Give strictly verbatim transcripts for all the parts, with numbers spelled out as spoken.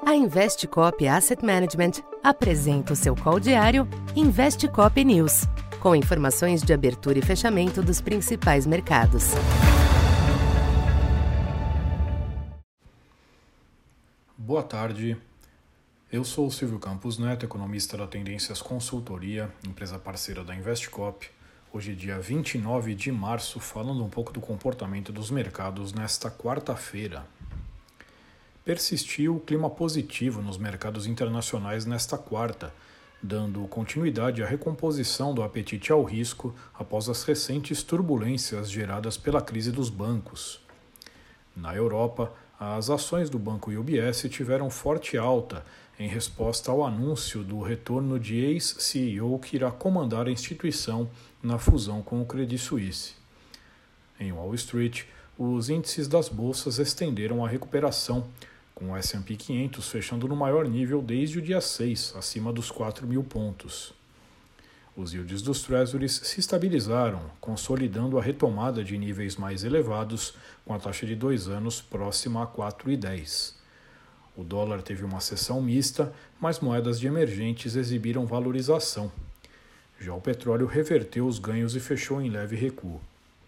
A Investcop Asset Management apresenta o seu call diário Investcop News, com informações de abertura e fechamento dos principais mercados. Boa tarde, eu sou o Silvio Campos Neto, economista da Tendências Consultoria, empresa parceira da Investcop. Hoje é dia vinte e nove de março, falando um pouco do comportamento dos mercados nesta quarta-feira. Persistiu o clima positivo nos mercados internacionais nesta quarta, dando continuidade à recomposição do apetite ao risco após as recentes turbulências geradas pela crise dos bancos. Na Europa, as ações do banco U B S tiveram forte alta em resposta ao anúncio do retorno de ex-C E O que irá comandar a instituição na fusão com o Credit Suisse. Em Wall Street, os índices das bolsas estenderam a recuperação, com o S and P quinhentos fechando no maior nível desde o dia seis, acima dos quatro mil pontos. Os yields dos Treasuries se estabilizaram, consolidando a retomada de níveis mais elevados, com a taxa de dois anos próxima a quatro vírgula dez. O dólar teve uma sessão mista, mas moedas de emergentes exibiram valorização. Já o petróleo reverteu os ganhos e fechou em leve recuo.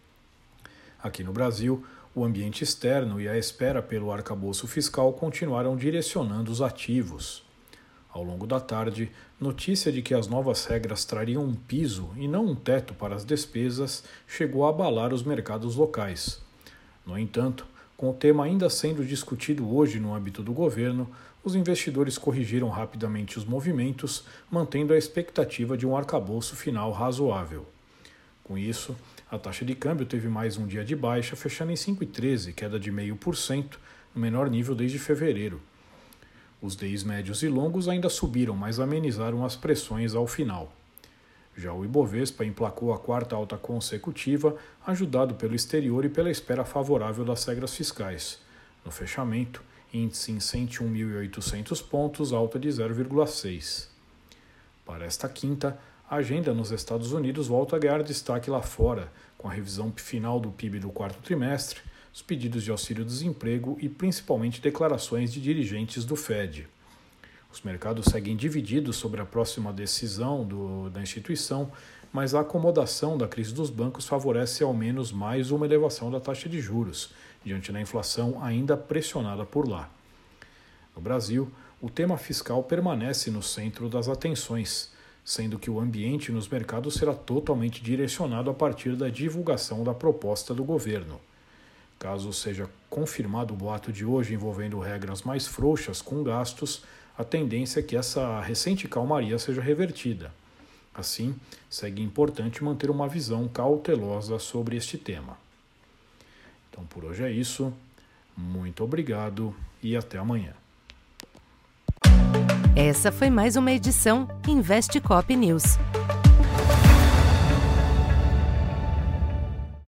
Aqui no Brasil, o ambiente externo e a espera pelo arcabouço fiscal continuaram direcionando os ativos. Ao longo da tarde, notícia de que as novas regras trariam um piso e não um teto para as despesas chegou a abalar os mercados locais. No entanto, com o tema ainda sendo discutido hoje no âmbito do governo, os investidores corrigiram rapidamente os movimentos, mantendo a expectativa de um arcabouço final razoável. Com isso, a taxa de câmbio teve mais um dia de baixa, fechando em cinco vírgula treze, queda de zero vírgula cinco por cento, no menor nível desde fevereiro. Os D Is médios e longos ainda subiram, mas amenizaram as pressões ao final. Já o Ibovespa emplacou a quarta alta consecutiva, ajudado pelo exterior e pela espera favorável das regras fiscais. No fechamento, índice em cento e um mil e oitocentos pontos, alta de zero vírgula seis. Para esta quinta, a agenda nos Estados Unidos volta a ganhar destaque lá fora, com a revisão final do P I B do quarto trimestre, os pedidos de auxílio-desemprego e principalmente declarações de dirigentes do Fed. Os mercados seguem divididos sobre a próxima decisão do, da instituição, mas a acomodação da crise dos bancos favorece ao menos mais uma elevação da taxa de juros, diante da inflação ainda pressionada por lá. No Brasil, o tema fiscal permanece no centro das atenções, sendo que o ambiente nos mercados será totalmente direcionado a partir da divulgação da proposta do governo. Caso seja confirmado o boato de hoje envolvendo regras mais frouxas com gastos, a tendência é que essa recente calmaria seja revertida. Assim, segue importante manter uma visão cautelosa sobre este tema. Então, por hoje é isso. Muito obrigado e até amanhã. Essa foi mais uma edição Investcop News.